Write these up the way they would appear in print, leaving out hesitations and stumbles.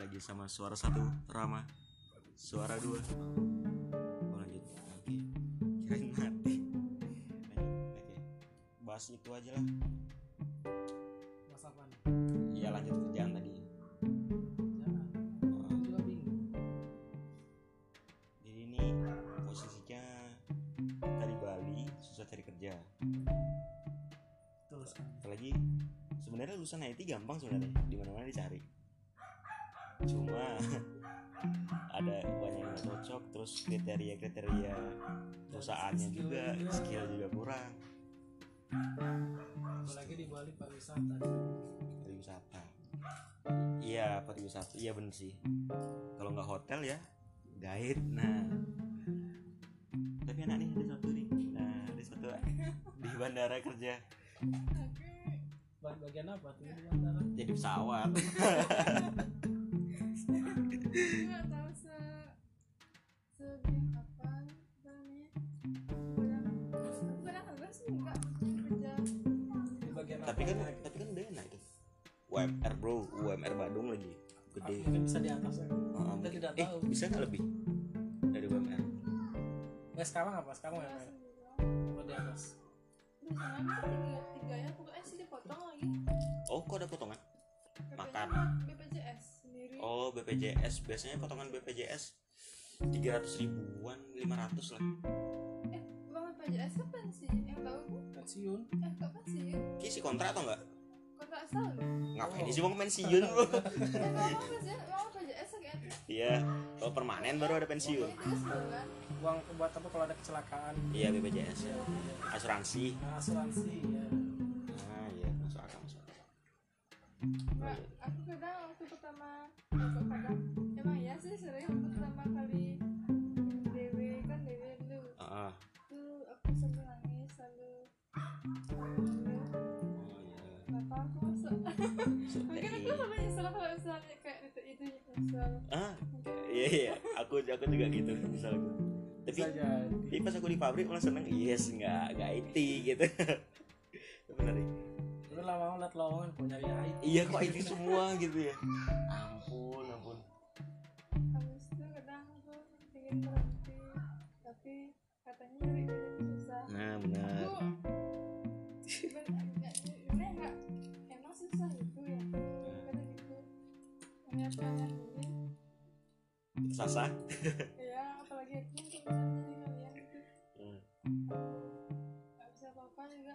lagi sama suara satu Rama, suara dua. Oh, lanjut. Oke. Kirain mati. Lanjut. Oke. Bahas itu aja lah. Mas apa nih? Iya, lanjut kerjaan tadi. Jangan. Juga bingung. Jadi ini posisinya kita di Bali, susah cari kerja. Terus Apalagi sebenarnya lulusan IT gampang sebenarnya, di mana-mana dicari. Cuma ada banyak yang gak cocok, terus kriteria perusahaannya juga, skill juga kurang. apalagi di Bali pariwisata. Pariwisata, iya pariwisata, iya bener sih. Kalau nggak hotel ya guide. Nah tapi enak nih di suatu nih. Nah di suatu di bandara kerja Bagian apa tuh di bandara? jadi pesawat. nggak tahu sebiang apa namanya barang enggak sih enggak kerja Di bagian tapi kan apanya gitu? udah enak itu. UMR bro, UMR Badung lagi gede. Mungkin bisa di atas ya. Kita Mungkin- tidak tahu. bisa nggak lebih dari UMR? Nggak sekarang apa? Sekarang ya? kelas Apa di atas? biasanya tiga ya pokoknya sih dipotong lagi Oh kok ada potongan? Makan. BPJS sendiri Oh BPJS, biasanya potongan BPJS 300 ribuan, 500 lah. uang BPJS kapan sih yang tahu tuh Pensiun. kapan sih Kisi kontrak atau enggak? kontrak setahun Ngapain sih mau pensiun bro? uang BPJS kayak itu Iya, kalau permanen baru ada pensiun. itu sebulan Uang buat apa kalau ada kecelakaan? Iya BPJS ya. Asuransi. Nah, asuransi ya. Nah iya, masuk akal, masuk akal. Nggak, aku kadang waktu pertama kok kadang emang ya sih sering waktu pertama kali dewe kan dewe dulu Ah, tuh aku selalu nangis selalu oh iya. kenapa aku masuk mungkin aku sampai nyesel kalau misalnya kayak itu nyesel Ah, iya, aku juga gitu misalnya. Tapi Bisa jadi. pas aku di pabrik malah seneng, yes nggak IT gitu. Bener ya? Terus lama-lama liat lowongan kok nyari IT. Iya kok IT semua gitu ya. Ampun. habis itu kadang aku ingin berhenti tapi katanya nyari kerja itu susah Nah benar. aku sebenarnya nggak emang susah gitu ya kata gitu melihat kalian ini Sasa. ya apalagi aku untuk bisa jadi kalian gitu nggak bisa apa-apa juga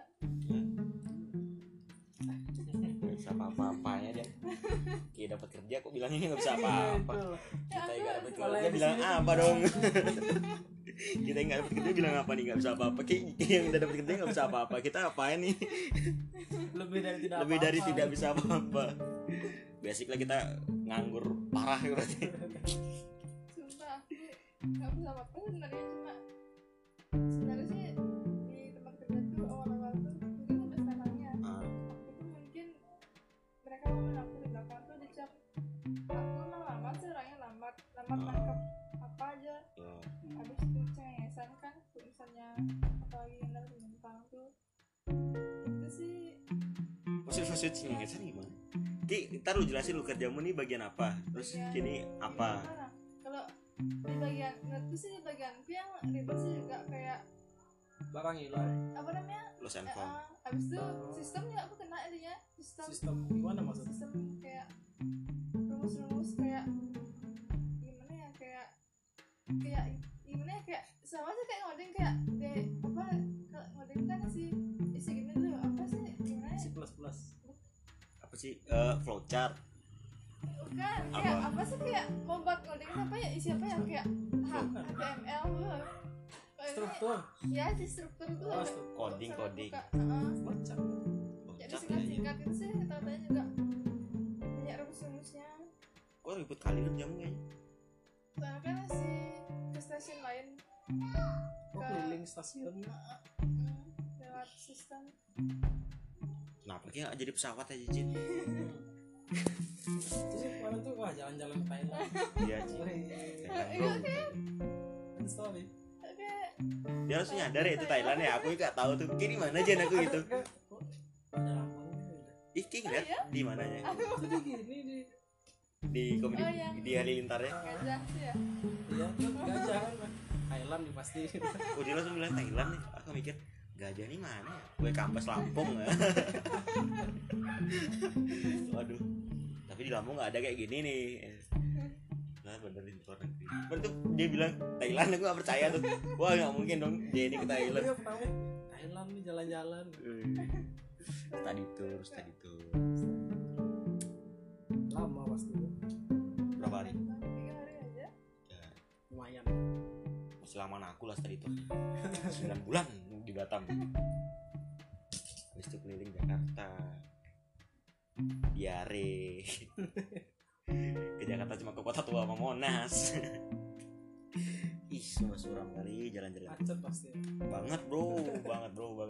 Nggak bisa apa-apanya dia. Kita dapat kerja kok bilangnya nggak bisa apa-apa. Kita yang nggak dapat kerja bilang apa dong? Kita yang nggak dapat kerja bilang apa nih, nggak bisa apa-apa. Kayak yang udah dapat kerja nggak bisa apa-apa. Kita apain nih? Lebih dari tidak Lebih dari apa-apa. tidak bisa apa-apa. Basic lah kita nganggur parah berarti. sumpah aku nggak bisa apa-apa sebenarnya sih di tempat kerja tuh awal-awal tuh mungkin sampai sekarangnya Ah, aku tuh mungkin mereka ngomongin aku di belakang tuh dicap aku emang lambat sih orangnya lambat nangkep apa aja ya. habis itu cengengesan kan tuh misalnya apalagi yang dari penumpang tuh itu sih Maksud cengengesan gimana? Ki, ntar lu jelasin lu kerjamu nih bagian apa. Terus Iya. kini apa? gimana kalau di bagian menurutku sih di bagianku yang ribet sih juga kayak Barang hilang. apa namanya Lu handphone. habis itu sistemnya aku kena intinya Sistem gimana maksudnya? sistem kayak rumus-rumus kayak gimana ya kayak gimana ya kayak sama aja kayak ngoding kayak de apa kalau ngoding kan isi gini dulu apa sih gimana ya Si plus. Apa sih? Flowchart. bukan kayak apa sih kayak mau buat ngoding apa ya isi apa ya kayak HTML tuh Struktur. ya di struktur itu Oh, ada- struktur. Coding. Macam. jadi Flowchart singkat-singkat itu sih katanya juga banyak rumus-rumusnya kok ribet kali kerjamu kayaknya. soalnya kan masih ke stasiun lain Oh, keliling stasiun. lewat sistem Kenapa kayak jadi pesawat aja Cid? Terus kemarin tuh wah jalan-jalan ke Thailand. Iya Cid. Iya, Kan story. kayak Dia harus nyadar ya itu Thailand ya. Aku nggak tahu tuh. Kiri mana aja aku gitu. Ada lambangnya. Ih, Ki ngeliat iya? di mananya. Jadi gini di di komedi Oh, iya. di Halilintar ya. Gajah sih ya. Iya tuh gajah kan. Thailand nih pasti. Oh dia langsung bilang Thailand nih. Aku mikir gajah nih mana ya? Gue Kampes Lampung ya. Waduh. Tapi di Lampung nggak ada kayak gini nih. Nah bener di luar negeri. Baru tuh dia bilang Thailand, aku nggak percaya tuh. Wah nggak mungkin dong dia ini ke Thailand. Iya pertama Thailand nih jalan-jalan. Study tour. Lama pasti. Berapa hari? 3 hari aja. Ya, Lumayan. masih lama aku lah study tour. 9 bulan di Batam. Habis itu keliling Jakarta. Diare. Ke Jakarta cuma ke Kota Tua sama Monas. Ih, semua suram kali jalan-jalan. Macet pasti. Banget, bro. Banget.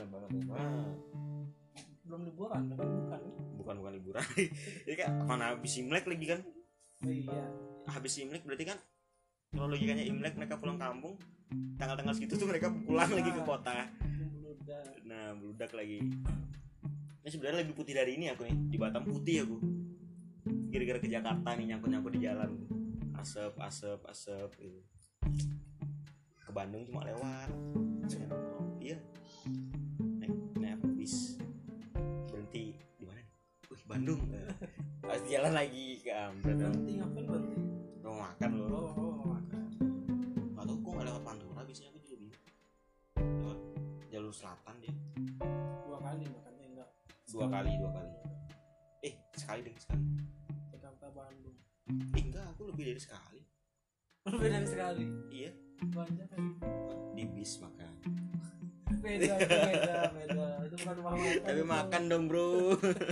Belum liburan kan bukan. Bukan liburan. Jadi kayak mana habis Imlek lagi kan? Oh, iya. Habis Imlek berarti kan kalau logikanya Imlek mereka pulang kampung, tanggal-tanggal segitu tuh mereka pulang lagi ke kota. Beludak. Nah, beludak lagi. Ini sebenarnya lebih putih dari ini aku nih. Di Batam putih aku. Gara-gara ke Jakarta nih nyangkut-nyangkut di jalan. Asap gitu. Ke Bandung cuma lewat. Iya. Naik bis. Berhenti di mana nih? Wih, Bandung. Harus jalan lagi ke Ambret. Berhenti ngapain berhenti? Mau makan loh. Oh, makan. Gak tau kok gak lewat Pantura, biasanya aku juga bingung. Lewat jalur selatan dia. 2 kali makannya enggak. 2 kali. Sekali. Jakarta Bandung. Enggak, aku lebih dari sekali. Lebih dari sekali. Iya, Banyak kan. di bis makan. Beda. Itu bukan rumah makan. Tapi itu. makan dong, bro.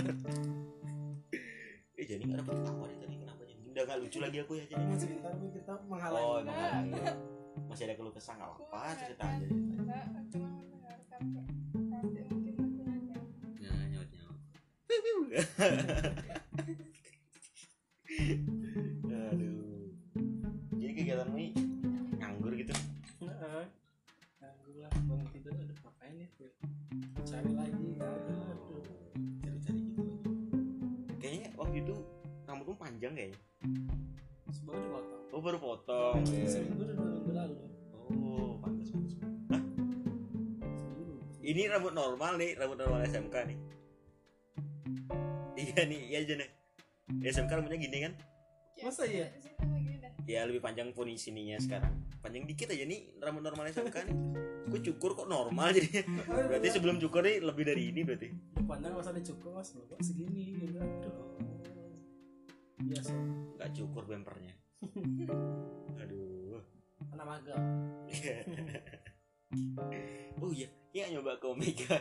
Jadi gak dapet ketawa deh tadi, kenapa jadi? Udah gak lucu lagi aku ya jadi. Masih bentar kita menghalangi. Oh, emang ada. Masih ada keluh kesah, gak apa-apa, cerita aja. Enggak, cuma mendengarkan kok. Nanti mungkin aku nanya. Nah, nyaut. Aduh. Jadi kegiatanmu ini nganggur gitu. Heeh. Ganggu lah bangun tidur aduh ngapain ya? Cari lagi enggak ada. Aduh. Cari-cari gitu. Kayaknya waktu itu rambutmu panjang kayaknya. Sebelum dipotong. Oh, baru potong. Seminggu udah 2 minggu lalu. Oh, pantas. Hah? Seminggu. Ini rambut normal nih, rambut normal SMK nih. Iya nih, iya aja nih. SMK rambutnya gini kan? Masa iya? Di sini begini dah. Ya lebih panjang pun sininya sekarang. Panjang dikit aja nih rambut normal SMK nih. Gue cukur kok normal jadi. Berarti sebelum cukur nih lebih dari ini berarti. Pandang masa dicukur mas, loh kok segini gitu. Aduh. Biasa. Enggak cukur bempernya. Aduh. Anak magang. Oh iya, ya nyoba ke Omega.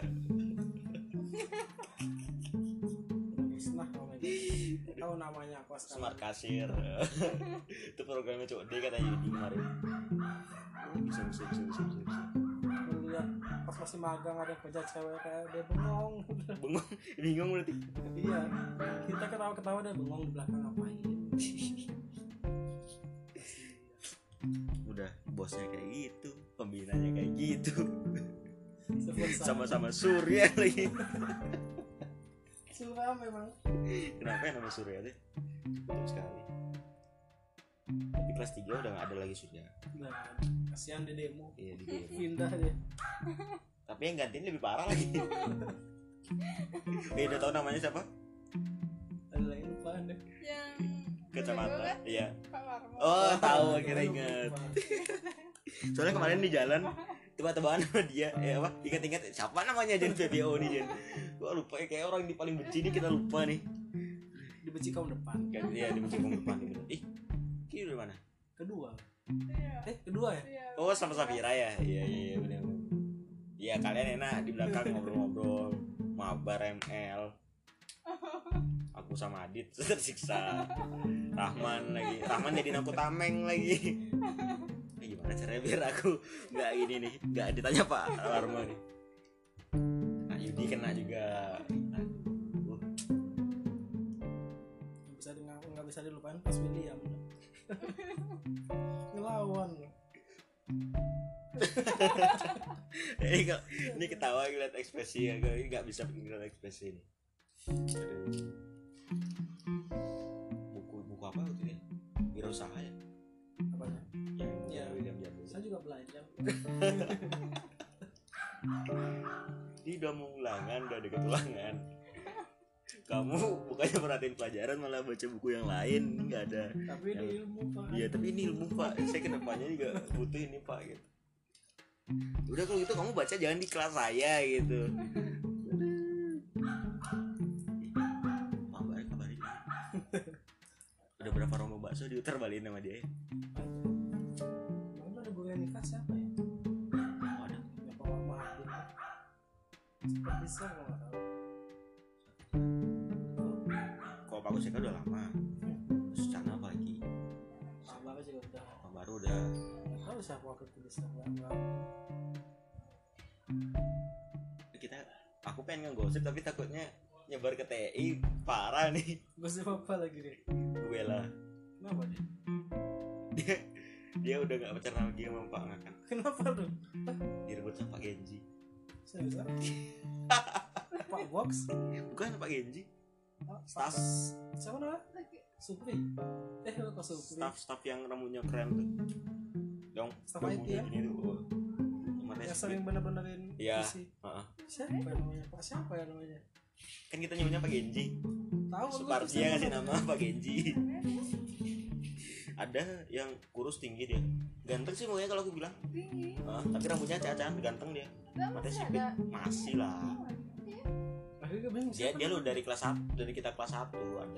Musnah namanya. Tahu namanya apa sekarang? Smart Kasir. Itu programnya Cok D kata Yudi kemarin. Bisa. Melihat pas masih magang ada kerja cewek kayak dia bengong. Bingung berarti. Iya. Kita ketawa-ketawa dia bengong di belakang ngapain? Udah bosnya kayak gitu, pembinanya kayak gitu. Sebut Sama-sama Surya lagi. Suram memang. Kenapa yang nama Surya deh? Betul sekali. Tapi kelas 3 udah gak ada lagi Surya. Nah, kasihan di demo. Iya di demo. Pindah dia. Tapi yang gantiin lebih parah lagi. Udah tau namanya siapa? Ada lagi lupa deh. Yang Kecamatan. kan? Iya. Pak Marmo. Oh tahu akhirnya ingat. Soalnya kemarin di jalan tiba-tiba sama dia, ya apa? Ingat-ingat siapa namanya Jen PBO nih Jen. Gua lupa ya, kayak orang di paling benci nih kita lupa nih. Dibenci kaum depan. Kan dia di benci depan nih. Ih, kini dari mana? Kedua. Iya. Kedua ya? Iya. Oh sama Safira ya. Iya benar. Iya kalian enak di belakang ngobrol-ngobrol, mabar ML. Aku sama Adit tersiksa. Rahman jadi aku tameng lagi. Gimana caranya biar aku nggak ini nih, nggak ditanya Pak Warma nih. Nah Yudi kena juga. Aduh. Nggak bisa dilupain pas William. Ngelawan. Ini ketawa ngeliat ekspresi ya, nggak bisa ngeliat ekspresi ini. Buku apa waktu itu? Wirausaha ya? Apanya? Ya, Ya. William Jambul. Saya juga belajar. Ini udah mau ulangan, udah deket ulangan. Kamu bukannya perhatiin pelajaran malah baca buku yang lain, nggak ada. Tapi ini ilmu Pak. Iya tapi ini ilmu Pak, saya kedepannya juga butuh ini Pak gitu. Udah kalau gitu kamu baca jangan di kelas saya gitu. Pak balik kabarin. Udah berapa rombong bakso diutar balikin sama dia? Emang ada guru yang nikah siapa ya? Oh, ada. Yang Pak Mahathir. Cepat bisa kalau nggak tahu. Kalau Pak Guseka udah lama. Terus Cana apa lagi? Pak Baru juga udah. Pak baru udah. Nggak tahu siapa waktu itu bisa nggak. Kita aku pengen ngegosip tapi takutnya nyebar ke TI parah nih. Gosip apa lagi deh? Gue lah. Kenapa dia? Dia udah gak pacaran lagi sama Pak Ngakan. Kenapa tuh? Direbut sama Pak Genji. Serius? Pak Box? Bukan Pak Genji. Staff. Siapa namanya? Supri. Kok Supri? Staff yang rambutnya keren tuh. Yang Staff IT ya? gini tuh. Oh. Matanya Yang sipit. sering bener-benerin Iya. isi. Heeh. Siapa ya namanya? Pak siapa ya namanya? Kan kita nyebutnya Pak Genji. Tahu gua Supardi siapa yang ngasih namanya? nama Pak Genji. Ada yang kurus tinggi dia. Ganteng sih mukanya kalau aku bilang. Tinggi. Tapi rambutnya acak-acakan, ganteng dia. Lah, Matanya masih sipit. ada. Masih lah. Akhirnya gue bingung Dia siapa dia lu namanya? dari kelas 1, dari kita kelas 1 ada.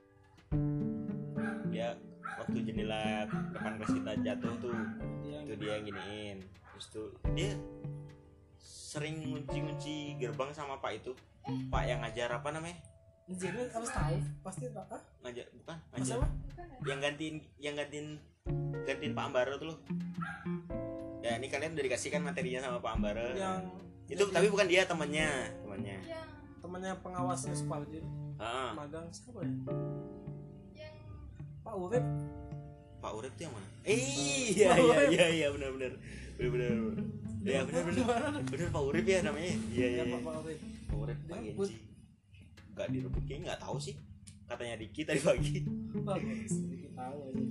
Dia waktu jendela depan kelas kita jatuh tuh, Dia itu dia yang giniin. Terus tuh dia sering ngunci-ngunci gerbang sama Pak itu. Pak yang ngajar apa namanya? jadi harus tahu pasti tak ah Ngajar bukan, Mas ngajar. apa? Bukan ya? Yang gantiin Pak Ambaro tuh loh. Ya ini kalian udah dikasih kan materinya sama Pak Ambaro. Yang Itu tapi bukan dia temannya. Yang temannya pengawasnya Supardi Ah, magang siapa ya? yang Pak Urip. Pak Urip tuh yang mana? Iya benar. Ya benar. Benar Pak Urip ya namanya. Iya. Pak Urip. Pak Urip Pak Dia Genji. Enggak direbut kayaknya enggak tahu sih. Katanya Diki tadi pagi. Bagus, sedikit tahu aja.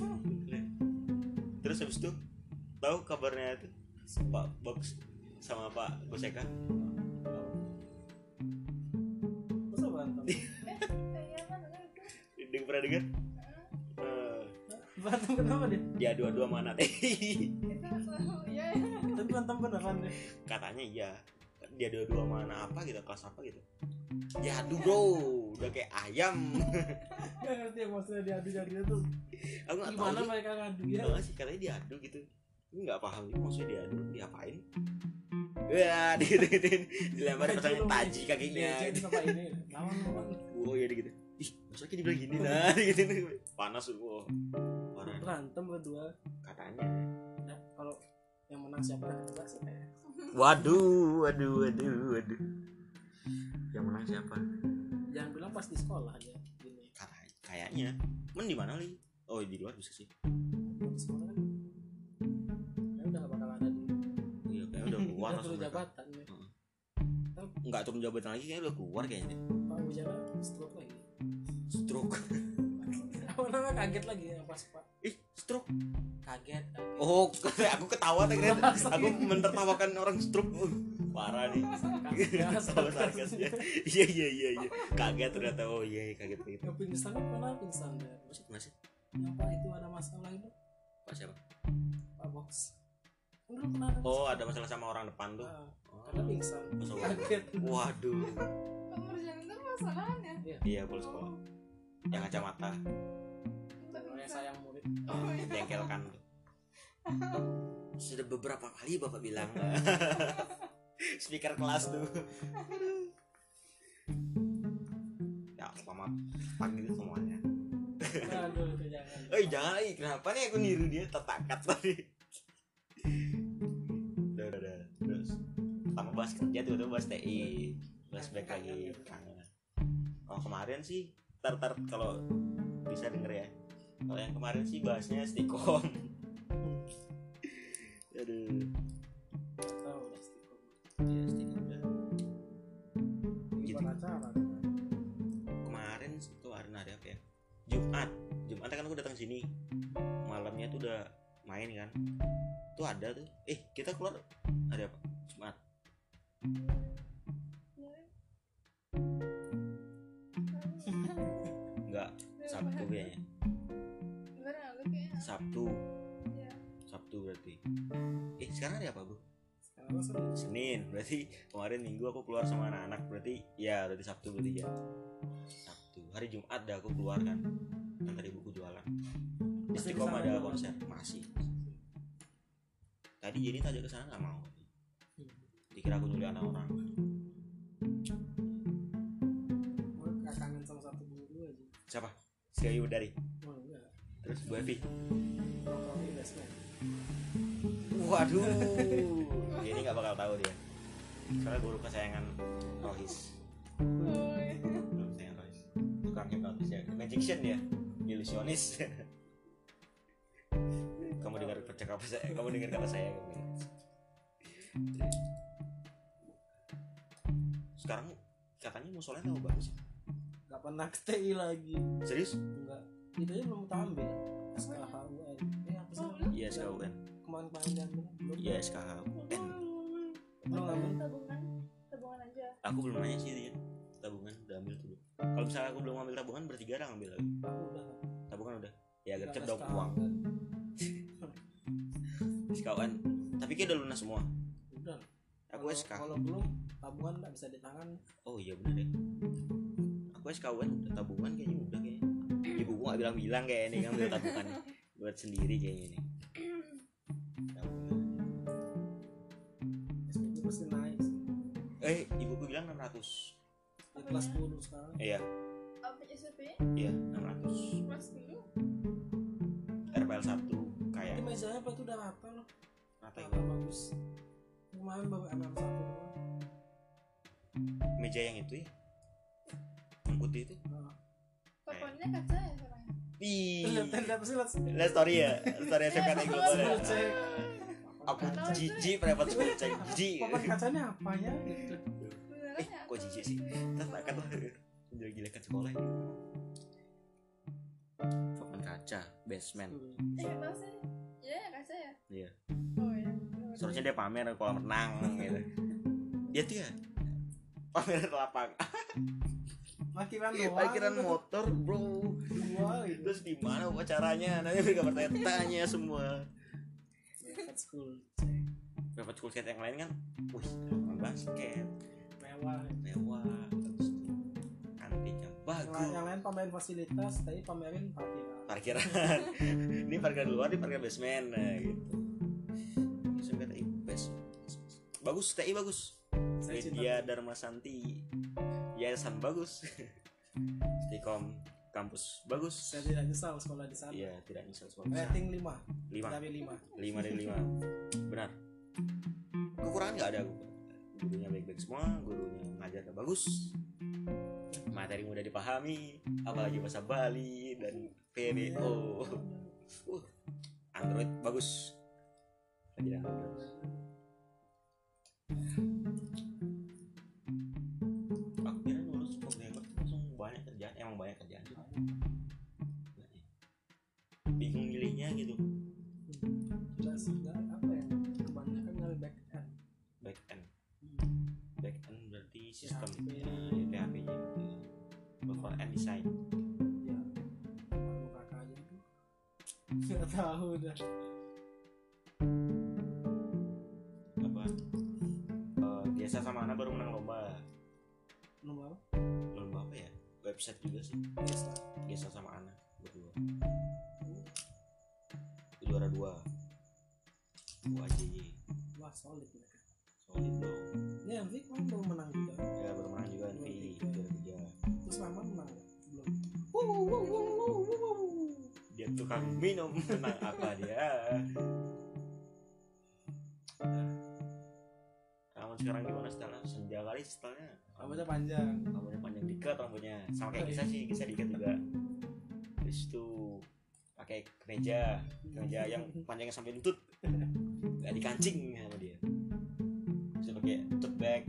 Terus habis itu tahu kabarnya itu Pak Box sama Pak Goseka. Masa berantem? iya mana kan itu. Pernah dengar? Berantem kenapa dia? Dia dua-dua mana teh? Itu selalu ya. Tapi berantem beneran deh. Katanya iya. Dia dua-dua mana apa gitu, kelas apa gitu. Ya aduh bro, udah kayak ayam. Gak ngerti yang maksudnya diadu-adu tuh. Aku nggak tahu Gimana sih. mereka ngadu ya? Enggak sih katanya diadu gitu. Ini nggak paham itu maksudnya diadu diapain? Wah, digituin, dilempar pertanyaan taji kakinya. Jadi apa ini? Lawan. Oh iya gitu. Ih, masa kayak dibilang gini nah, gitu. Panas wow. Parah. Berantem berdua. Katanya. Nah, kalau yang menang siapa coba sih kayak. Waduh. Yang menang siapa? Jangan bilang pas di sekolah aja gini. Kayaknya. Men di mana li? Oh, di luar bisa sih. Di sekolah kan. Ya udah gak bakal ada di. Iya, kayaknya udah keluar Udah langsung turun mereka. jabatan ya. Enggak turun jabatan lagi kayaknya udah keluar kayaknya. Pak Ujana stroke lagi. Stroke. Apa namanya kaget lagi ya pas Pak. Ih, stroke. Kaget. Oh, aku ketawa tadi. Aku mentertawakan orang stroke. Parah nih. Sama sarkasnya. Iya. Kaget ternyata. Oh iya, kaget gitu. Yang pingsan kan pernah pingsan ya. Masih Yang Pak itu ada masalah itu Pak siapa? Pak Box. Kan dulu pernah ada. Oh, ada masalah sama orang depan tuh. Ah, karena pingsan. Masalah. Kaget. Waduh. Pengerjaan itu masalahannya. Iya, kalau sekolah. Yang kacamata. Yang sayang murid. Jengkelkan tuh. Sudah beberapa kali Bapak bilang. Speaker kelas tuh. Ya, selamat pagi semuanya. Aduh, itu jangan. Jangan lagi. Kenapa nih aku niru dia tertakat tadi? Udah. Terus pertama bahas kerja tiba-tiba bahas TI, flashback lagi kangen. Kalau kemarin sih tar kalau bisa denger ya. Kalau yang kemarin sih bahasnya stikom. Aduh. Tahu udah stikom. Ya stikom udah. Ini Gitu. buat acara. Kemarin hari apa ya? Jumat datang sini malamnya tuh udah main kan, tuh ada tuh kita keluar ada apa Jumat enggak Sabtu kayaknya Sabtu berarti sekarang ada apa Bu? Sekarang Senin berarti kemarin Minggu aku keluar sama anak-anak berarti Sabtu berarti ya Sabtu hari Jumat dah aku keluar kan dari buku jualan Istiqomah ada konser masih tadi Jenny tajak ke sana nggak mau dikira aku nyulik anak orang kangen sama satu guru aja. siapa? Si Ayu dari Enggak. terus Bu Evi Nongkrongnya basement. waduh Jenny nggak bakal tahu dia soalnya guru kesayangan Rohis kesayangan Rohis tukangnya bagus ya magician dia ilusionis kamu dengar percakapan saya kamu dengar kata saya sekarang katanya musolanya tambah bagus ya? Gak pernah ke TI lagi. Serius? Enggak. Itu aja belum kita ambil. SKHUN. Apa sih? Iya SKHUN. Kemarin diambil belum? Iya SKHUN. Belum ambil. Tabungan aja. Aku belum nanya sih dia. Tabungan udah ambil tuh. Kalau misalnya aku belum ambil tabungan bertiga orang ambil lagi. Aku udah. Tabungan udah. Ya gercep dong uang. SKHUN. Tapi kayak udah lunas semua. Udah. Aku SK. Kalau belum tabungan nggak bisa ditangan. Oh iya benar deh. Aku SKHUN udah tabungan kayaknya udah kayaknya. Ibuku nggak bilang-bilang kayak ini ngambil tabungan buat sendiri kayaknya ini. SPP pasti naik. Ibuku bilang 600. Di kelas 10 sekarang. Iya. Apa SMP? Iya 600. Kelas 10. RPL 1 Ini kayak mejanya apa tuh udah rata loh. rata Rata bagus. Kemarin baru MM1 doang. meja yang itu ya. Yang putih itu. Papannya kaca ya sekarang. Lihat sih Lihat story ya. Story SMK yang global ya. cek. Aku jijik private school cek jijik. Papan kacanya apa ya gitu. Beneran ya? Kok jijik sih? Terus tak kata gila-gilakan sekolah ini. Papan kaca, basement. Emang sih? Iya kaca ya? Iya. Oh iya. Seharusnya dia pamer kolam renang gitu. Dia tuh ya pamer lapangan. Parkiran motor, bro. Dua gitu. Terus di mana upacaranya? Nanti mereka bertanya semua. Private school. Private school set yang lain kan, main basket, Mewah. bagus tuh. Kantinnya bagus. Yang lain pamerin fasilitas, tapi pamerin parkiran. Parkiran. Ini parkiran luar, di parkiran basement gitu. Saya kata best. Bagus, TI bagus. Media Dharma Santi. Yayasan bagus. Stikom kampus bagus. Saya tidak nyesal sekolah di sana. Iya, tidak nyesal sekolah. Rating 5 5 dari 5. 5 dari 5. Benar. Kekurangan enggak ada. Gurunya baik-baik semua, gurunya ngajarnya bagus. Materi mudah dipahami, apalagi bahasa Bali dan PBO. Android bagus. Pelajaran Android. Aku kira lulus programmer langsung banyak kerjaan, emang banyak kerjaan juga. Bingung milihnya gitu. Enggak apa ya? Kebanyakan dari back end. Back end berarti sistem PHP. PHP-nya gitu. Front end design. Ya. Baru kakaknya tuh. Enggak tahu dah. Apa? Biasa sama Ana baru menang lomba. Nomor Lomba apa ya? Website juga sih. biasa. Biasa sama Ana berdua. Juara 2. AJY. Wah, solid mereka. Solid dong. Ini MV kan baru menang juga. Ya baru menang juga NV juara 3. Terus Maman menang nggak? Belum. Dia tukang minum menang apa dia? Kamu sekarang gimana setelah senja kali setelahnya? Rambutnya panjang. Rambutnya panjang dikat rambutnya sama kayak Gisa sih, Gisa dikat juga. Terus tuh pakai kemeja yang panjangnya sampai lutut, nggak dikancing sama dia. Terus pakai tote bag,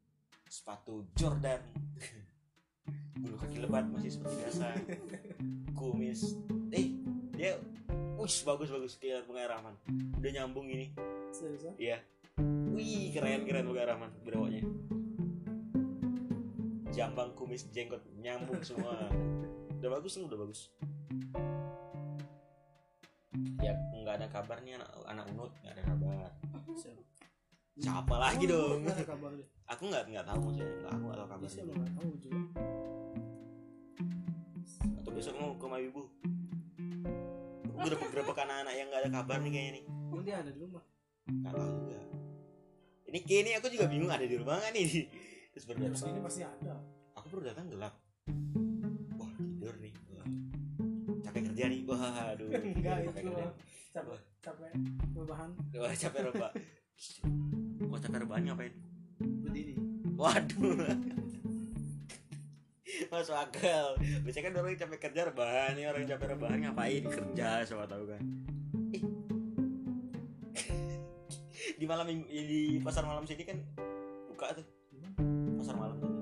sepatu Jordan, bulu kaki lebat masih seperti biasa. kumis dia bagus kayak Bunga Rahman, udah nyambung gini. Serius? Iya, wih keren Bunga Rahman berawaknya, jambang kumis jenggot nyambung semua. udah bagus ya. Nggak ada kabar nih anak Unut, nggak ada kabar. Siapa lagi dong? Nggak ada kabar deh. Aku nggak tahu maksudnya, aku nggak tahu kabar. Siapa nggak tahu juga. Atau besok mau ke rumah ibu. Aku grebek anak-anak yang nggak ada kabar nih kayaknya nih. Emang dia ada di rumah? Nggak tahu juga. Ini kayaknya aku juga bingung ada di rumah nggak nih. Terus baru Ya, datang. ini pasti ada. Aku baru datang gelap. Wah tidur nih. Wah. Capek kerja nih. Wah aduh. Enggak capek itu kerja. capek rebahan Wah capek rebah. Kok capek rebahan ngapain? berdiri. Waduh. Masuk akal. Biasanya kan orang yang capek kerja rebahan, nih orang yang capek rebahan ngapain kerja, siapa tahu kan. Di malam di pasar malam sini kan buka tuh. Pasar malam tuh.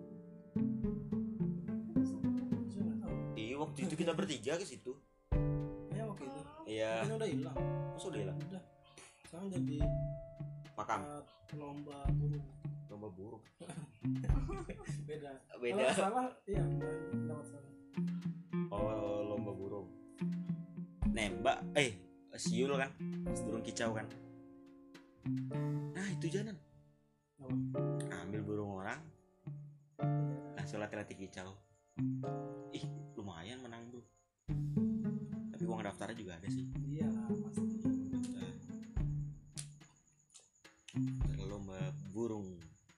Saya nggak tahu. Iya waktu itu kita bertiga ke situ. Ya waktu itu. Iya. Kan udah hilang. Masa udah hilang? Udah. Sekarang jadi Makam. lomba burung. Lomba burung. Beda. Beda. Kalau salah, iya lewat salah. Oh lomba burung. Nembak. Siul kan. Burung kicau kan. Nah itu jalan. Ambil burung orang. Langsung latih kicau. Ih lumayan menang bro. Tapi uang daftarnya juga ada sih. Iya pasti. Lomba burung.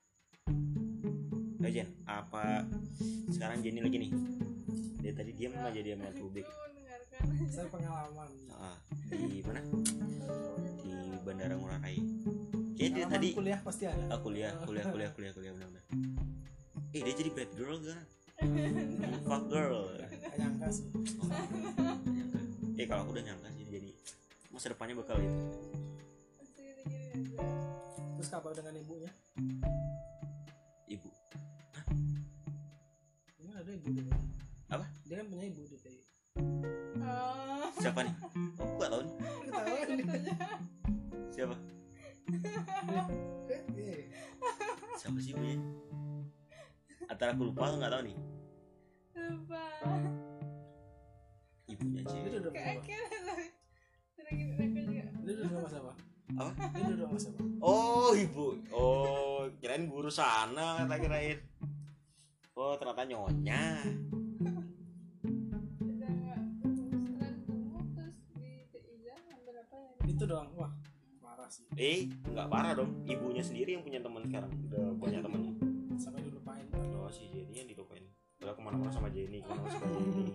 Nah Jen, apa sekarang Jenny lagi nih? Dia tadi diam aja dia main publik. Saya pengalaman. Di mana? Di Bandara Ngurah Rai. Kayak dia Pengalaman tadi kuliah pasti ada. kuliah benar-benar. Dia jadi bad girl kan? Fuck girl. Gak nyangka sih. Kalau aku udah nyangka sih jadi masa depannya bakal itu. Terus kabar dengan ibunya? Ibu. Emang ada ibu dia? Apa? Dia kan punya ibu DPI. Siapa nih? Oh, aku gak tahu nih. Ketahuan nih. Siapa? Siapa sih ibunya? Antara aku lupa atau nggak tahu nih. Lupa. Ibunya Dia Ci. duduk sama siapa? Dia duduk sama siapa? Apa? Dia duduk sama siapa? Oh ibu. Oh kirain guru sana kata kirain. Oh ternyata nyonya. Itu doang. Wah parah sih. Nggak parah dong. Ibunya sendiri yang punya teman sekarang. Udah banyak temannya. Sampai dilupain. Oh si Jenny yang dilupain. Udah kemana-mana sama Jenny. Kemana-mana sama Jenny.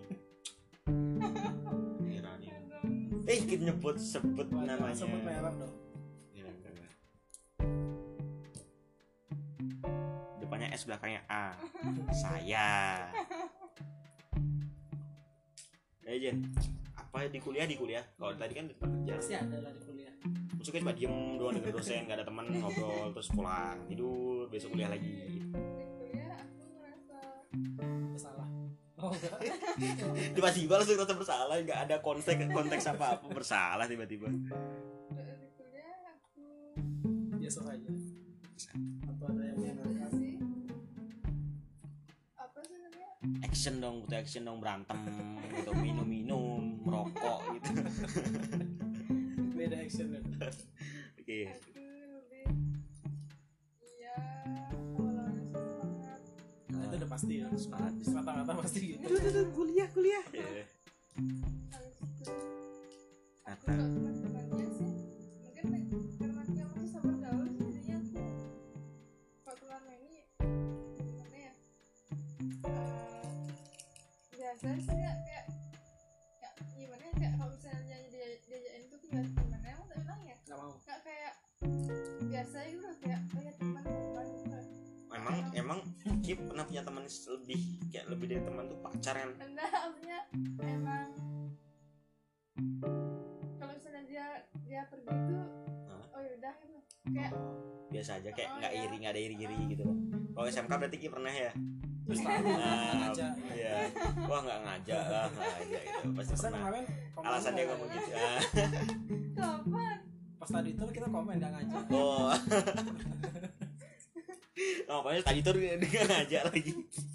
Kita sebut namanya. Sebut merek dong. Enggak. Depannya S belakangnya A. Saya. Jen, apa di kuliah? Kalau tadi kan di tempat kerja. Pasti ada lah di kuliah. Maksudnya cuma diem doang dengan dosen, gak ada teman ngobrol terus pulang tidur besok kuliah lagi. Di kuliah aku merasa Bersalah. Oh enggak. Tiba-tiba langsung merasa bersalah, nggak ada konteks apa bersalah tiba-tiba. di kuliah aku Biasa saja. Atau ada yang ya menyenangkan? sih apa sih namanya Action dong berantem gitu, minum merokok gitu. Beda action kan. Oke. aku lebih iya awalnya semangat Nah, itu udah pasti ya. Semangat. Rata-rata pasti gitu. kuliah. habis itu aku Kata gak teman-temannya sih mungkin karena dia masih sabar gaul sih jadinya aku waktu lama ini gimana ya biasa sih ya kayak gimana ya kayak kalau misalnya diajakin tuh tinggal gimana emang gak bilang ya Gak mau. gak kayak biasa gitu loh kayak teman gitu loh. emang Kip pernah punya teman lebih dari teman tuh pacar kan? Enggak, maksudnya emang kalau misalnya dia pergi tuh oh yaudah gitu kayak Biasa aja kayak Oh, nggak iya. ada iri-iri gitu loh. Kalau SMK berarti Kip pernah ya? terus tahu nggak ngajak. Iya. Wah nggak ngajak lah, nggak ngajak gitu. Pasti Terus pernah. kemarin komen Alasan dia nggak ngomong ngajak. gitu. Kapan? Pas tadi itu kita komen nggak ngajak. Oh. Oh, padahal tadi tuh dia nggak ngajak lagi.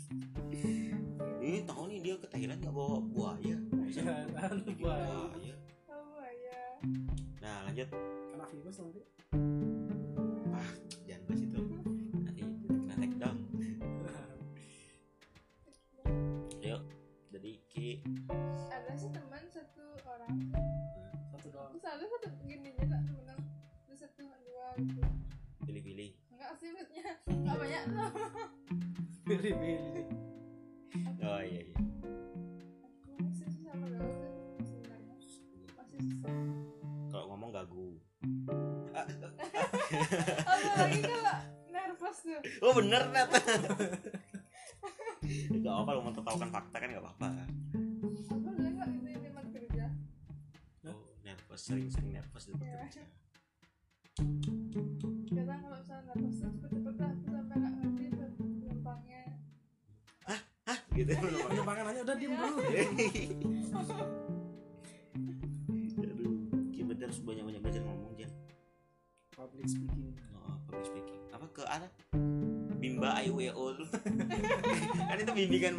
Ini tahu nih dia ke Thailand nggak bawa buaya. Bisa Jangan buat buaya. Oh ya. Nah lanjut. kena virus nanti. Ah jangan bahas itu. Nanti kena take down. Yuk. Jadi Ki. Ada sih teman satu orang. Satu doang. Aku selalu satu gini aja tak temenan. Ada satu dua gitu. Pilih-pilih. Enggak sih maksudnya. Enggak banyak tuh. Pilih-pilih. Oh iya iya. Aku masih susah bergaul sih sebenarnya. Masih susah. Kalau ngomong gagu. Apalagi kalau nervous tuh. Oh bener Nat. Gak apa kalau mau tertawakan fakta kan gak apa-apa. Aku udah nggak di tempat kerja. Oh nervous, sering-sering nervous di tempat kerja. Kadang kalau misalnya nervous tuh cepet-cepet lah aku sampai nggak ngerti tuh gampangnya. Hah gitu. Penerbangan aja udah diem dulu. Aduh, kita harus banyak-banyak belajar ngomong Jan. Public speaking. Oh, public speaking. Apa ke arah Bimba IWO lu. Kan itu bimbingan.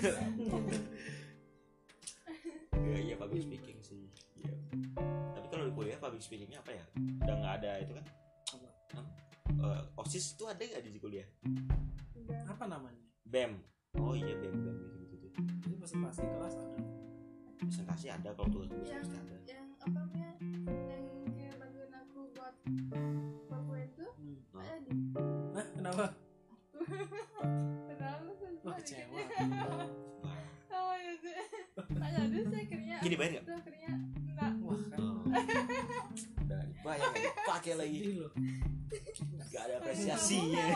Iya public speaking sih. Iya. Tapi kalau di kuliah public speakingnya apa ya? Udah nggak ada itu kan? Apa? OSIS itu ada nggak di kuliah? Udah. Apa namanya? BEM. Oh iya BEM gitu. Jadi presentasi kelas ada. Presentasi ada kalau tugas yang pasti ada. yang apa namanya yang kayak bantuin aku buat PowerPoint tuh Oh. ada di Nah, kenapa? kenal Wah, susah kecewa. Wah. oh ya sih ada deh saya akhirnya Gini bayar nggak? itu akhirnya enggak Wah, kan. Oh. Udah dibayar nggak dipakai lagi. Sedih loh. Gak ada apresiasinya.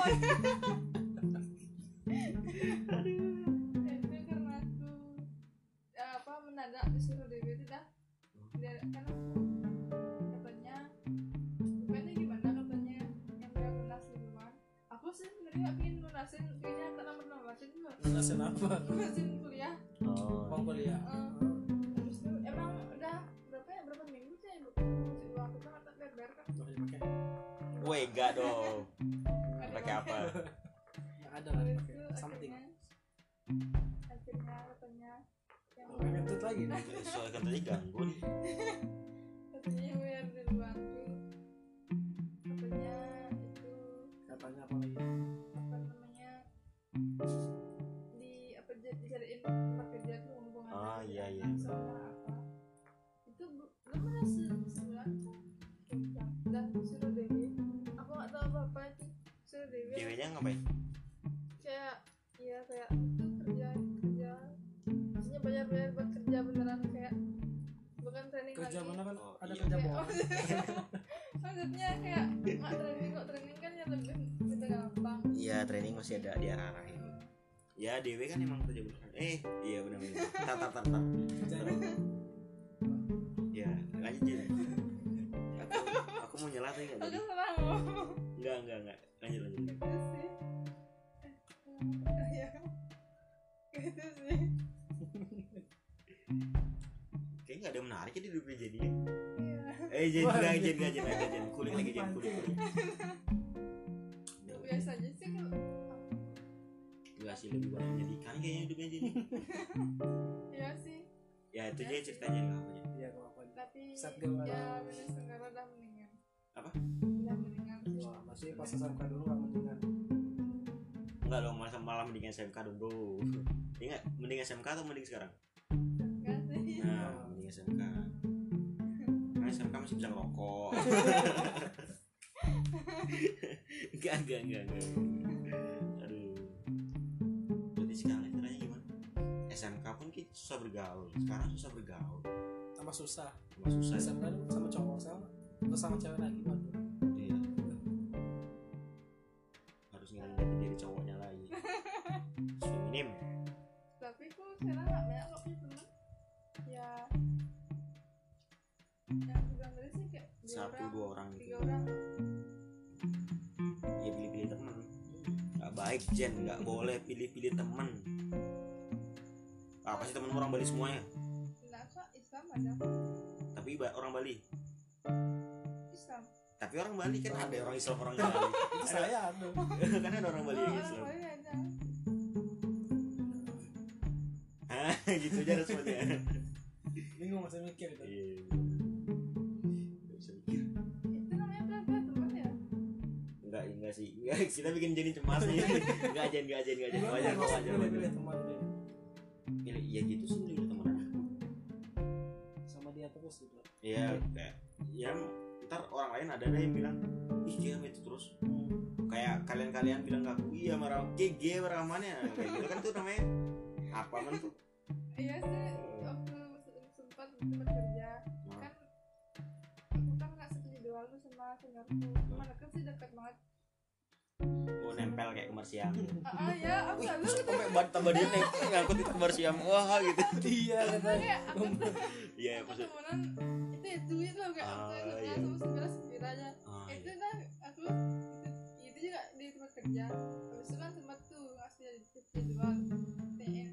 itu karena aku apa mendadak disuruh DB itu dah kan aku katanya bukannya gimana katanya yang udah lunas duluan aku sih sebenarnya nggak pengen lunasin kayaknya tak lunasin tuh Lunasin apa? lunasin kuliah Oh. Mau kuliah. habis itu emang udah berapa minggu sih yang uang kita nggak bayar kan Wah, dipakai. Woi, enggak dong. Pakai apa? Nggak ada lah Habis dipakai. itu Something. akhirnya katanya yang Oh, kentut lagi nih. Soalnya kan tadi ganggu nih. katanya yang bayar duluan tuh katanya itu Katanya apa lagi? apa namanya di apa dicariin tempat kerja tuh hubungan Ah, iya, iya. langsung lah apa itu belum ada sebulan udah suruh Dewi aku nggak tahu apa apa itu suruh Dewi Ceweknya ngapain? kayak iya kayak itu kerja maksudnya bayar buat kerja beneran kayak bukan training Kerja lagi mana kan Oh, ada iya. kerja Kayak- bohong. maksudnya kayak nggak training kok training kan yang lebih gampang Iya, training masih ada diarah-arahin. Ya, Dewe kan emang kerja beneran. Iya benar-benar. Tar. Kerjanya Ya, lanjut aja. Aku mau nyela tuh enggak aku tadi? salah ngomong Enggak. Lanjut. gitu sih ya gitu sih Kayaknya enggak ada menarik ya di dunia jadinya. iya Jangan. Kulik lagi Jen. biasa aja sih kalau Enggak sih lebih banyak menyedihkan kayaknya hidupnya jadi. iya sih Ya, itu aja ceritanya enggak apa aja. iya kalau apa? tapi Set girl lah. ya bener Tenggara udah mendingan Apa? udah mendingan sih Wah, masih pas SMK dulu nggak mendingan. Enggak dong, malah mending SMK dong, Bro. Ingat, mending SMK atau mending sekarang? enggak sih Nah, mending SMK. Karena SMK masih bisa ngerokok. Enggak. Aduh. Berarti sekarang caranya gimana? SMK pun kita susah bergaul. Sekarang susah bergaul. Tambah susah. Cuma susah. SMK dulu sama cowok sama terus sama cewek lagi waduh. Iya. Harus ngeliatin diri cowoknya lagi. Feminim. tapi aku sekarang nggak banyak kok punya teman ya yang aku bilang tadi sih kayak Satu dua orang tiga gitu. orang Ya pilih-pilih teman. Enggak baik Jen, nggak boleh pilih-pilih teman. Apa sih temen orang Bali semuanya? Nah, kok Islam ada? Tapi orang Bali. Islam. Tapi orang Bali kan ada orang Islam orang Bali. Itu saya aduh. Kan ada orang Bali yang Orang Islam. Bali ada. Hah, gitu aja responnya. Bingung masih mikir itu. Iya. Nggak bisa mikir. Itu namanya pernah teman ya? Enggak sih. Enggak, kita bikin jadi cemas nih. Enggak aja. Wajar. Pilih teman deh. Pilih iya gitu sih pilih teman. Sama dia terus gitu. Iya, kayak ya ntar orang lain ada yang bilang, ih dia itu terus. Kayak kalian bilang ke aku, iya marah, GG marahannya. Kayak gitu kan tuh namanya apa men tuh? Iya sih, waktu sempat tempat kerja kan aku kan nggak setuju doang tuh sama seniorku. Mana kan sih dekat banget. Oh nempel kayak kembar siam. Ya aku selalu gitu. Sampai tambah dia ngangkut itu kembar siam. Wah gitu. Iya katanya. Kayak aku tuh Iya aku maksud. temenan itu ya duit loh kayak aku ikutnya iya. sama sekiranya. Ah, Itu iya. dah aku itu juga di tempat kerja. Habis itu kan sempat tuh ngasih jadwal. Kayak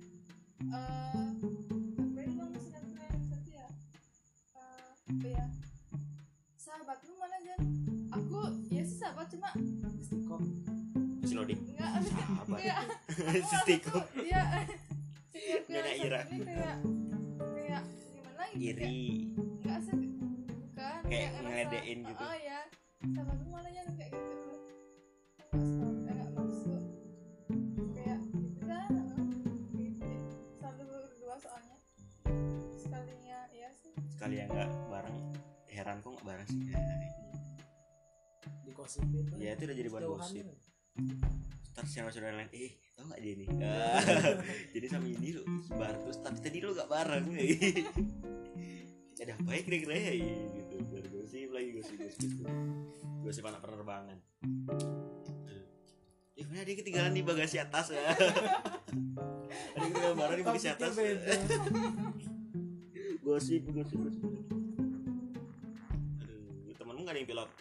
apa ini kamu senang satu ya? Apa ya? Sahabatmu mana Jan? Aku ya sih sahabat cuma Istiqomah. Masih loading. enggak Sahabat. kayak Stikom. iya seniorku Nyonya yang Ira. satu ini kayak gimana gitu Iri. enggak sih bukan Kayak ngerasa, ngeledein gitu. oh ya sahabatmu mana Jan kayak gitu enggak masuk kayak gitu dah gitu. Selalu berdua soalnya sekalinya iya sih Sekali yang enggak bareng, heran kok enggak bareng sih. Digosipin tuh. Ya itu udah jadi bahan Jauhan gosip. tuh. Ntar saudara lain, tau gak dia nih? Jadi sama ini lu bareng terus, tapi tadi lu gak bareng. Ada apa ya kira-kira ya? Gitu, gosip lagi gosip. Gosip anak penerbangan. Mana dia ketinggalan di bagasi atas ya? Ada ketinggalan barang di bagasi atas. Gosip. Aduh, temenmu gak ada yang pilot?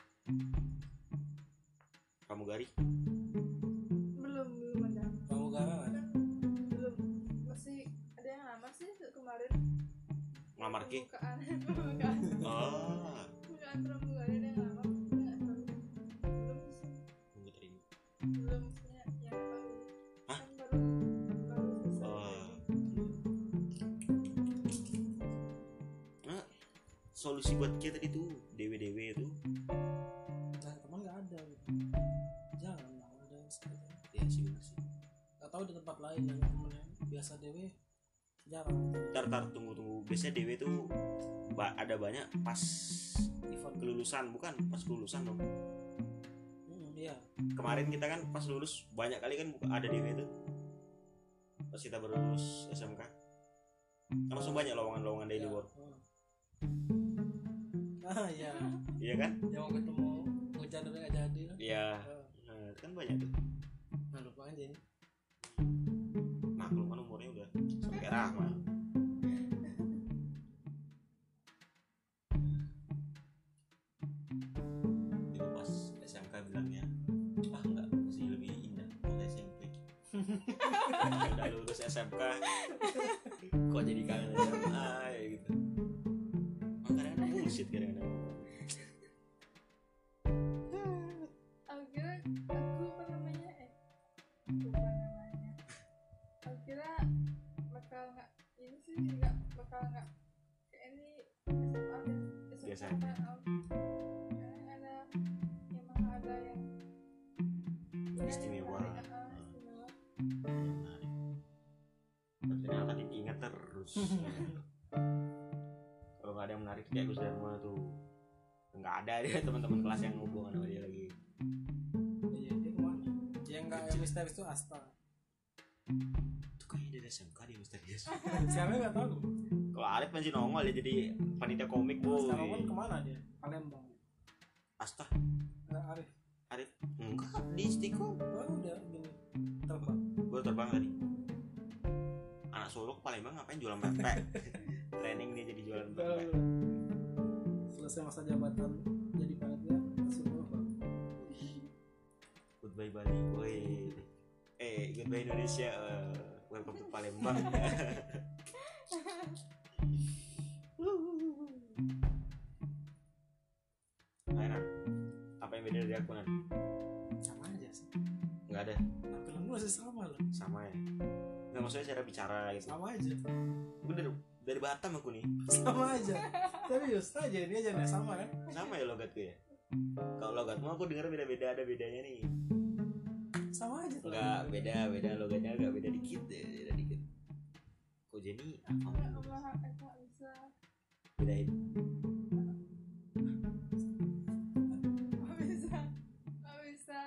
Pramugari? belum ada Pramugara ada. belum masih ada yang lama sih kemarin Ngelamar ke? pembukaan Oh, pembukaan pramugari ada yang lama nggak tahu belum sih tunggu terima. belum maksudnya yang baru Hah? kan baru selesai Oh. Nah, solusi buat kita tadi tuh DW itu Nah teman nggak ada gitu. Jangan lah ada yang sekitar. ya sih bener sih. Gak tahu di tempat lain yang temen yang biasa dewe jarang. Tar tunggu biasanya DW tuh ada banyak pas Event. kelulusan, bukan pas kelulusan dong. Iya. Kemarin kita kan pas lulus banyak kali kan ada DW tuh pas kita baru lulus SMK langsung banyak lowongan daily work. Iya. Iya kan? Yang mau ketemu hujan udah gak jadi lah. Iya. Nah, kan banyak tuh. Nah lupa aja ini. Maklum kan umurnya udah sampai kayak Rahma. Itu pas SMK bilangnya, enggak, masih lebih indah pas SMP. Udah lulus SMK, kok jadi kangen SMA ya gitu. Kadang-kadang bullshit kadang-kadang. aku kira aku apa namanya lupa namanya aku kira bakal nggak ini sih nggak bakal nggak kayak ini SMA Biasa. kan ada emang ada yang Istimewa. istimewa. Tapi ternyata diingat terus. Kalau nggak ada yang menarik kayak Gus Dharma tuh, nggak ada dia teman-teman kelas yang hubungan sama dia lagi. Iya dia kemana? Yang nggak yang misterius itu Asta. Itu kayaknya dari SMK dia misterius. Siapa nggak tahu. Kalau Arif masih nongol ya jadi panitia komik boy. Sekarang kan kemana dia? Palembang. Asta, Arif. Arif enggak di Stikom Oh udah gini terbang. baru terbang tadi. Anak Solo ke Palembang ngapain jualan pempek? Training dia jadi jualan pempek. Selesai masa jabatan jadi panitia langsung terbang. Goodbye Bali, boy. Sampai Indonesia, welcome to Palembang. Ayo Nan, apa yang beda dari aku Nan? Sama aja sih. Nggak ada, Penampilan masih sama loh. sama ya. Nggak, maksudnya cara bicara gitu. Sama aja. Aku dari Batam aku nih. Sama aja. Serius aja ini aja nggak sama kan? Sama ya logatku ya. Kalau logatmu aku dengar beda-beda, ada bedanya nih. Sama aja. Enggak, beda logatnya agak beda dikit deh, beda dikit. Kok Jenny apa? Nggak bisa. Bedain. Nggak bisa. Nggak bisa.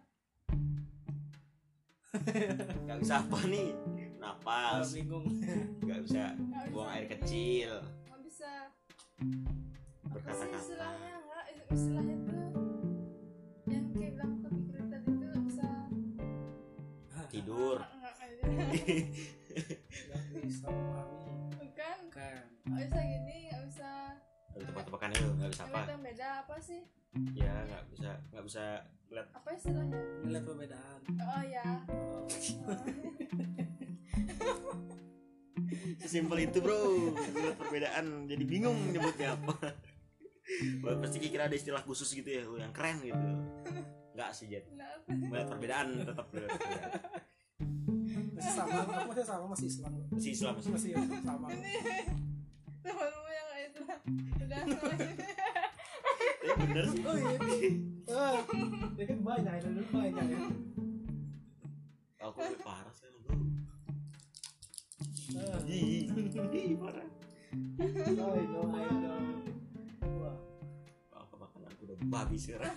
Gak bisa apa nih? Napas. Bingung. Gak bisa Nggak buang bisa. air kecil. Nggak bisa. Apa sih Berkata-kata. istilahnya? Nggak, istilahnya tuh yang kayak bilang ke pikiran tadi tuh nggak bisa. Tidur. Nggak bisa. Nggak bisa memahami. Bukan. Kan. Nggak bisa gini, nggak bisa. Lalu tebak-tebakan itu gak bisa apa? Ngeliat yang beda apa sih? Ya gak bisa lihat. Apa istilahnya? Melihat perbedaan. Oh ya. Sesimpel itu bro. Lihat perbedaan jadi bingung nyebutnya apa. Wah, pasti kira ada istilah khusus gitu ya, yang keren gitu. Enggak sih Jet. Kenapa? Melihat perbedaan tetap lihat perbedaan. Masih sama. Aku masih sama, masih Islam. Masih Islam masih. Masih sama. Ini temanmu yang kayak itu udah semuanya. Bener sih. Oh iya. Ya kan banyak, itu dulu banyak ya. Aku lebih parah sih bro. Ah. Ih, parah. Oh, I know. Wah. Apa makan aku udah babi sekarang.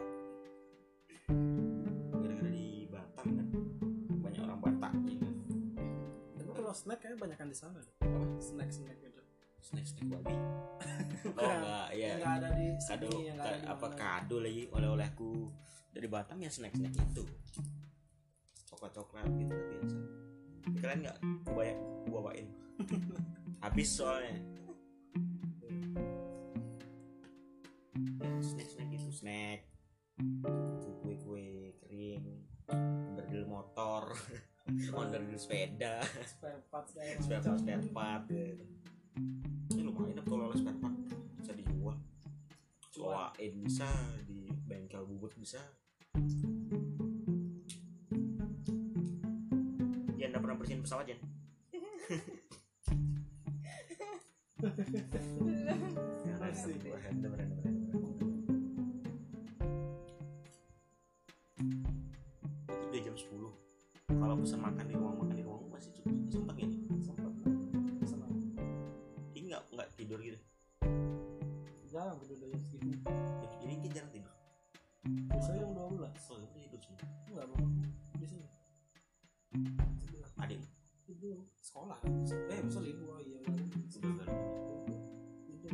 Gara-gara di Batam kan banyak orang Batak gitu. Tapi kalau snack kayaknya banyakan di sana deh. Apa? Snack gitu. Snack babi. Oh Bukan. enggak, ya. Yang nggak ada di Kado sini, yang nggak ada di apa mana. kado lagi oleh-olehku dari Batam ya snack itu. Coklat gitu biasa. Kalian enggak aku bawain. Habis soalnya. Snack itu snack. Kue kering, onderdil motor, onderdil sepeda, Spare parts kayak spare part. Ini lumayan kalau oleh spare part bisa dijual. Sewain bisa, di bengkel bubut bisa. Jan udah pernah bersihin pesawat Jan? Masih. Beneran. Itu udah jam 10. Kalau pesan makan di ruang masih cukup sempat gak nih? sempat senang. Ini nggak tidur gitu. Jarang tidur dari segini. Ini kan jarang tidur. Biasanya jam 12. Oh, udah tidur semua. Enggak bang, di sini. Adik Tidur sekolah. Bisa libur iya kan. udah Tidur.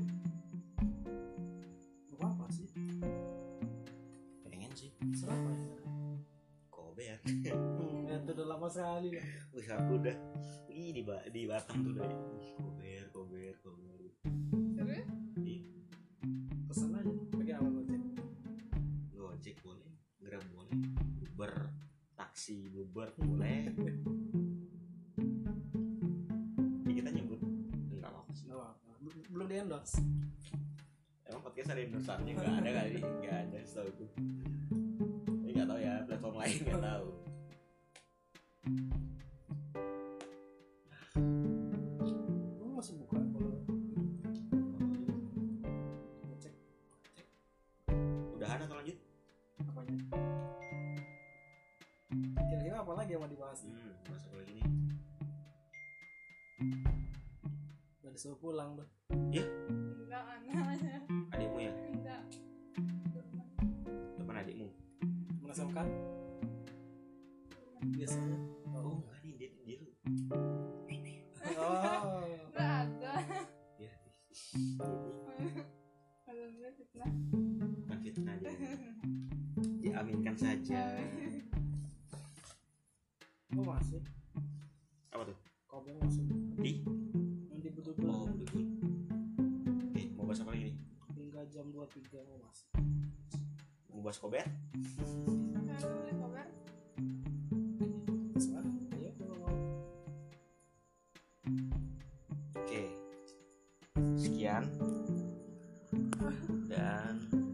Gak apa sih. pengen sih Serapa ya. kober. Ya itu udah lama sekali ya. Wih aku udah di Batam tuh udah kober. Terus? Iya. Pesan aja. Pakai apa gojek? Gojek boleh, Grab boleh, Uber, taksi Uber boleh. Ya, kita nyebut enggak apa sih. Nggak apa. Belum di endorse. Emang podcast ada endorsannya nggak ada kali, nggak ada setahu gue. Tapi nggak tahu ya platform lain nggak tahu. Lu masih buka kalau ngecek Udahan atau lanjut? apanya? Kira-kira apa lagi yang mau dibahas? Masa lagi nih. Udah disuruh pulang tuh. Enggak anaknya. Adikmu ya, Enggak. teman adikmu. SMK biasanya. Oh enggak nih dia tuh. Oh. Enggak ada. Ya. Kalau dia fitnah. Bukan fitnah dia. Diaminkan saja. Oh masih. Apa tuh? Kober masih. Di? Nanti betul-betul Oh betul. Mau bahas apa lagi nih? hingga jam 23 oh masih. Mau bahas kober? Kalau beli kabar, Sekarang sekian dan